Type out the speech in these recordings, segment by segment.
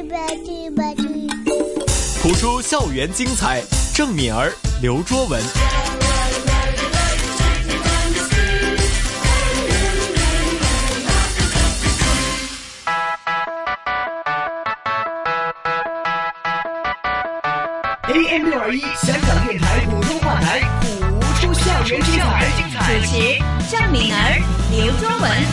谱出校园精彩，郑敏儿、刘卓文。 AM621香港电台普通话台，谱出校园精彩。 主持郑敏儿、刘卓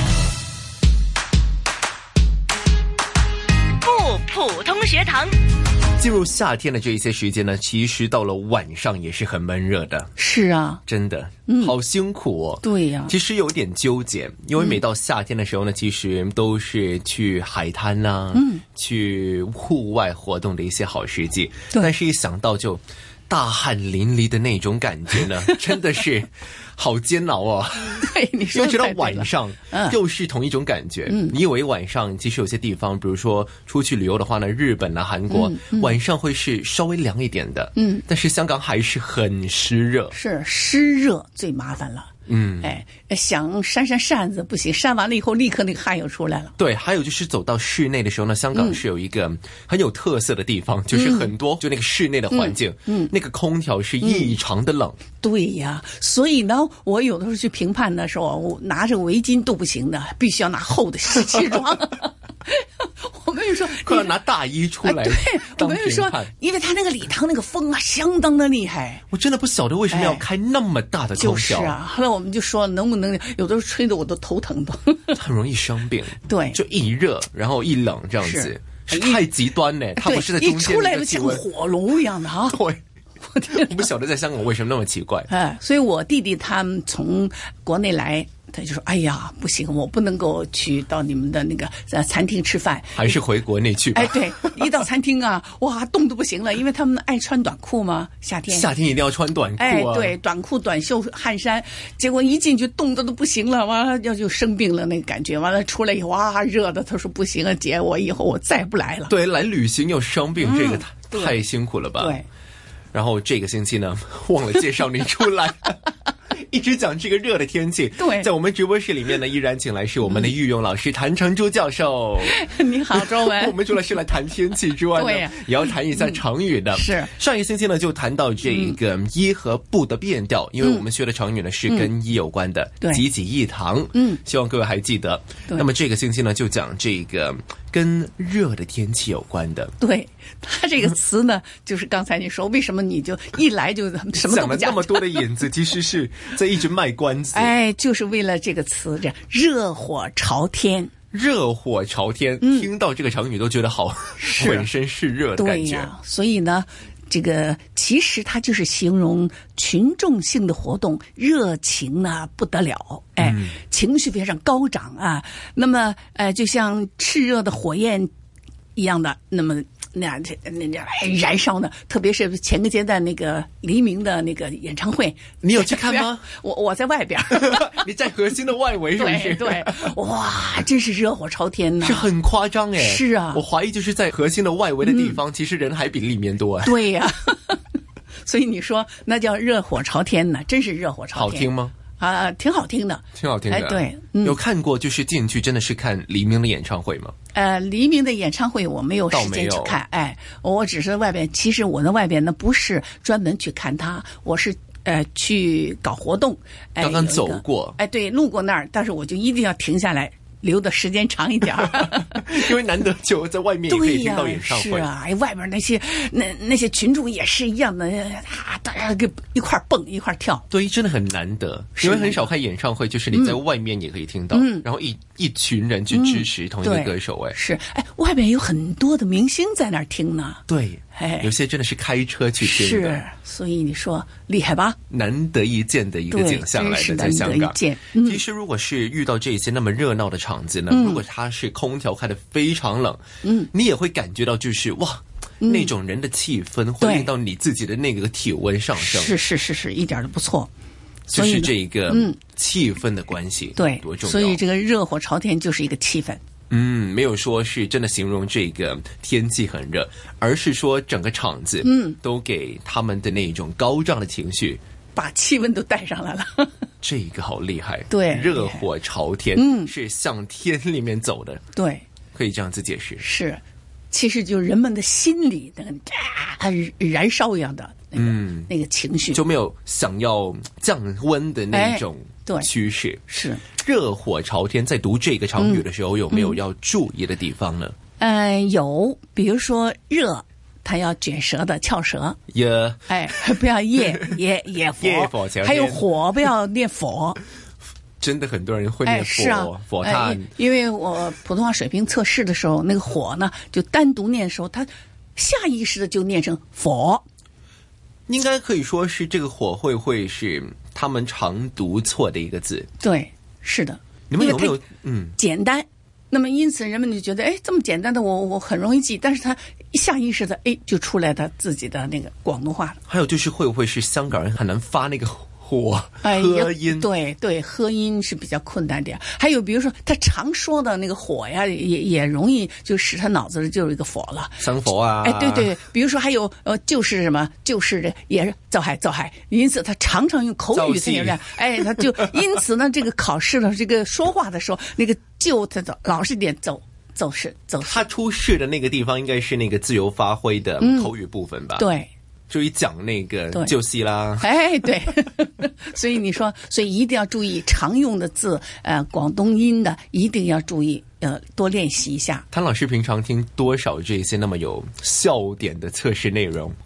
文。普通学堂。 进入夏天的这一些时间呢，其实到了晚上也是很闷热的。 是啊， 真的，好辛苦哦。 对呀， 其实有点纠结，因为每到夏天的时候呢，其实都是去海滩呐，去户外活动的一些好时机。但是一想到就大汗淋漓的那种感觉呢，真的是好煎熬哦。 对，你说又觉得晚上又是同一种感觉。你以为晚上其实有些地方，比如说出去旅游的话呢，日本啊、韩国，晚上会是稍微凉一点的。但是香港还是很湿热。 是湿热最麻烦了。想扇扇子不行，扇完了以后立刻那个汗又出来了。 对，还有就是走到室内的时候呢，香港是有一个很有特色的地方，就是很多就那个室内的环境，那个空调是异常的冷。 对呀，所以呢，我有的时候去评判的时候，我拿着围巾都不行的，必须要拿厚的湿气装。我跟你说， 快要拿大衣出来。 对，我跟你说，因为他那个礼堂那个风啊，相当的厉害。 我真的不晓得为什么要开那么大的空调。 就是啊，后来我们就说，能不能有的时候吹得我都头疼的。 很容易生病。对，就一热然后一冷这样子，是太极端呢。它不是在中间， 一出来就像火炉一样的啊。 对。我不晓得在香港为什么那么奇怪。 所以我弟弟他们从国内来，他就说：“哎呀，不行，我不能够去到你们的那个餐厅吃饭， 还是回国内去吧。” 对，一到餐厅啊，哇，冻得不行了，因为他们爱穿短裤嘛，夏天一定要穿短裤啊。 对，短裤、短袖、汗衫，结果一进去冻得都不行了，完了就生病了那个感觉，完了出来以后哇，热的，他说不行啊，姐，我以后我再不来了。 对，来旅行又生病，这个太辛苦了吧？ 对。 然后这个星期呢，忘了介绍你出来。一直讲这个热的天气。 对， 在我们直播室里面呢，依然请来是我们的御用老师谭成珠教授。 你好，周文。 我们除了是来谈天气之外呢，也要谈一下成语的。 是上一个星期呢，就谈到这个一和不的变调，因为我们学的成语呢是跟一有关的，济济一堂。希望各位还记得。那么这个星期呢，就讲这个跟热的天气有关的。 对，它这个词呢，就是刚才你说，为什么你就一来就什么都不讲？ 讲了那么多的引子，其实是在一直卖关子。 就是为了这个词，这热火朝天。 热火朝天，听到这个成语都觉得好，浑身是热的感觉。 对呀，所以呢，这个其实它就是形容群众性的活动，热情呢不得了，情绪非常高涨啊。那么就像炽热的火焰一样的，那么那燃烧呢，特别是前个阶段那个黎明的那个演唱会， 你有去看吗？ 我在外边。 你在核心的外围是不是？ 对，哇，真是热火朝天呐， 是很夸张哎。 是啊， 我怀疑就是在核心的外围的地方，其实人还比里面多哎。 对呀，所以你说那叫热火朝天呢，真是热火朝天。 好听吗？ 挺好听的， 挺好听的。 对， 有看过就是进去真的是看黎明的演唱会吗？ 黎明的演唱会我没有时间去看，我只是外边。其实我在外边呢，不是专门去看他，我是去搞活动。 刚刚走过， 对，路过那儿，但是我就一定要停下来。留的时间长一点。 因为难得就在外面也可以听到演唱会。 是啊，外边那些群众也是一样的，大家一块蹦一块跳。 对，真的很难得，因为很少开演唱会，就是你在外面也可以听到，然后一群人去支持同一个歌手。 是，外边有很多的明星在那儿听呢。 对，有些真的是开车去听的。 是，所以你说厉害吧？ 难得一见的一个景象来的，在香港。其实如果是遇到这些那么热闹的场子呢，如果它是空调开得非常冷，你也会感觉到就是哇，那种人的气氛会令到你自己的那个体温上升。 是，一点都不错。 就是这个气氛的关系， 对， 多重要。 所以这个热火朝天就是一个气氛。 没有说是真的形容这个天气很热，而是说整个场子都给他们的那种高涨的情绪， 把气温都带上来了。 这个好厉害。 对， 热火朝天，是向天里面走的。 对， 可以这样子解释。 是， 其实就是人们的心里那个燃烧一样的那个情绪， 就没有想要降温的那种趋势。 是热火朝天，在读这个成语的时候，有没有要注意的地方呢？ 有，比如说热，它要卷舌的，翘舌。不要夜火， 还有火，不要念火。 真的很多人会念火， 是啊， 火炭。 因为我普通话水平测试的时候，那个火呢，就单独念的时候，它下意识的就念成佛。 应该可以说是这个火会是他们常读错的一个字。 对，是的。 你们有没有简单？那么因此人们就觉得，这么简单的我很容易记，但是他下意识的就出来他自己的那个广东话了。 还有就是会不会是香港人很难发那个火喝音？ 对，喝音是比较困难点。还有比如说他常说的那个火呀，也容易就使他脑子里就有一个火了， 生火啊。 对，比如说还有就是什么，就是也是造海，因此他常常用口语这样，他就因此呢，这个考试的这个说话的时候，那个他老是点走势。 他出事的那个地方应该是那个自由发挥的口语部分吧？ 对。 注意讲那个就戏啦， 对，所以你说，所以一定要注意常用的字，广东音的一定要注意，多练习一下。 谭老师平常听多少这些那么有笑点的测试内容？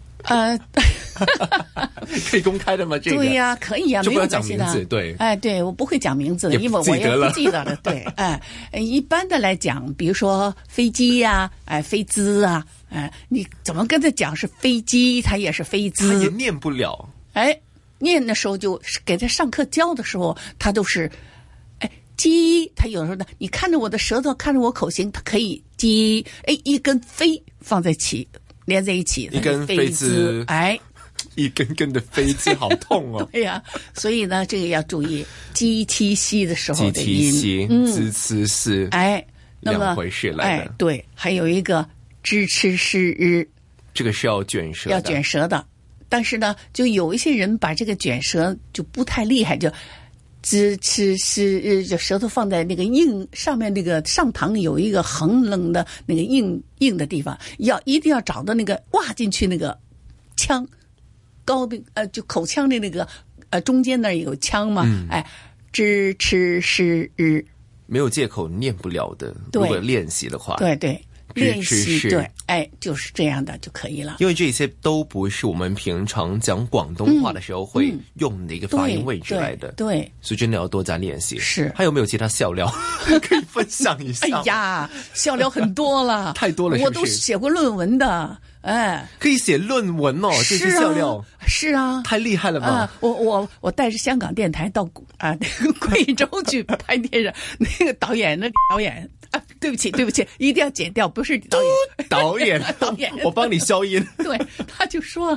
可以公开的吗？这个对呀，可以呀， 就不要讲名字。对， 对，我不会讲名字的，因为我也不记得了。对，一般的来讲，比如说飞机呀，飞滋啊。你怎么跟他讲是飞机，他也是飞滋， 他也念不了。 念的时候就给他上课教的时候，他都是鸡。他有时候呢，你看着我的舌头，看着我口型，他可以鸡。一根飞放在一起，连在一起， 一根飞滋。一根根的飞滋，好痛哦。 对呀，所以呢，这个要注意鸡踢西的时候的音。 鸡踢西，滋呲是两回事来的。 对，还有一个。支吃是日， 这个是要卷舌的，但是呢，就有一些人把这个卷舌就不太厉害，就支吃是日，就舌头放在那个硬上面，那个上膛有一个横棱的那个硬的地方，一定要找到那个挖进去那个腔高的就口腔的那个中间那儿有腔嘛，支吃是日， 没有借口念不了的，如果练习的话， 对。练习对，就是这样的就可以了。 因为这些都不是我们平常讲广东话的时候会用的一个发音位置来的， 对， 所以真的要多加练习。 是， 还有没有其他笑料可以分享一下？ 笑料很多了， 太多了是不是？ 我都写过论文的， 可以写论文哦，这些笑料是啊， 太厉害了吧！ 我带着香港电台到那个贵州去拍电影，那个导演对不起，一定要剪掉，不是导演， 我帮你消音。 对，他就说，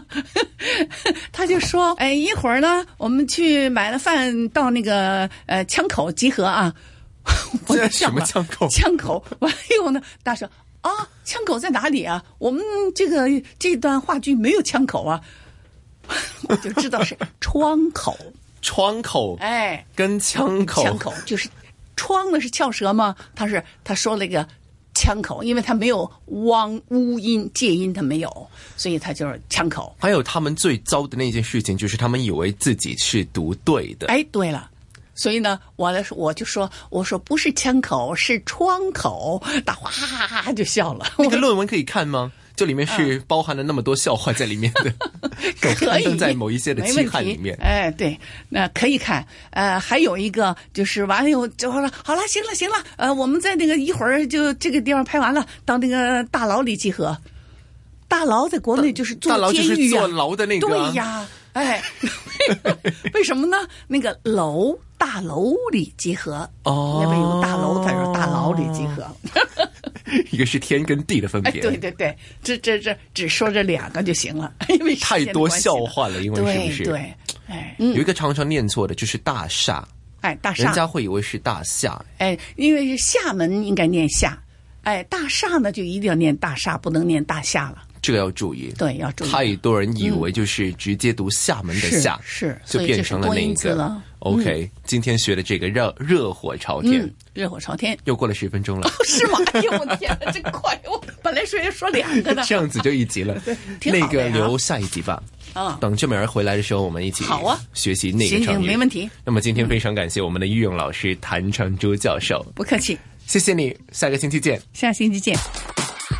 一会儿呢，我们去买了饭到那个枪口集合啊。 这什么枪口？ 枪口完了以后呢，大说枪口在哪里啊？我们这段话剧没有枪口啊，我就知道是窗口。 窗口，跟枪口就是。窗呢是翘舌吗？他说了一个腔口，因为他没有乌音介音，他没有，所以他就是腔口。 还有他们最糟的那件事情，就是他们以为自己是读对的。 对了，所以呢，我就说，我说不是腔口，是窗口，大哗哈哈就笑了。 那个论文可以看吗？这里面是包含了那么多笑话在里面的， 可以在某一些的期刊里面。 对，那可以看。还有一个就是完了以后就好了，行了，我们在那个一会儿就这个地方拍完了，到那个大牢里集合。大牢在国内就是坐监狱坐牢的那个。 对呀，为什么呢？那个大楼里集合。那边有大楼，他说大牢里集合。 一个是天跟地的分别。 对，这只说这两个就行了，因为太多笑话了，因为是不是？ 对， 有一个常常念错的就是大厦， 大厦， 人家会以为是大厦， 因为是厦门应该念厦，大厦呢就一定要念大厦，不能念大厦了。 这个要注意， 对，要注意。 太多人以为就是直接读厦门的厦， 是， 就变成了那一个。OK，今天学的这个热火朝天， 热火朝天， 又过了10分钟了， 是吗？哎呦，我天哪，真快！我本来说要说2个的， 这样子就1集了。那个留下一集吧。等郑美儿回来的时候，我们一起学习那个成语， 行，没问题。 那么今天非常感谢我们的御用老师谭成珠教授， 不客气， 谢谢你，下个星期见。 下星期见。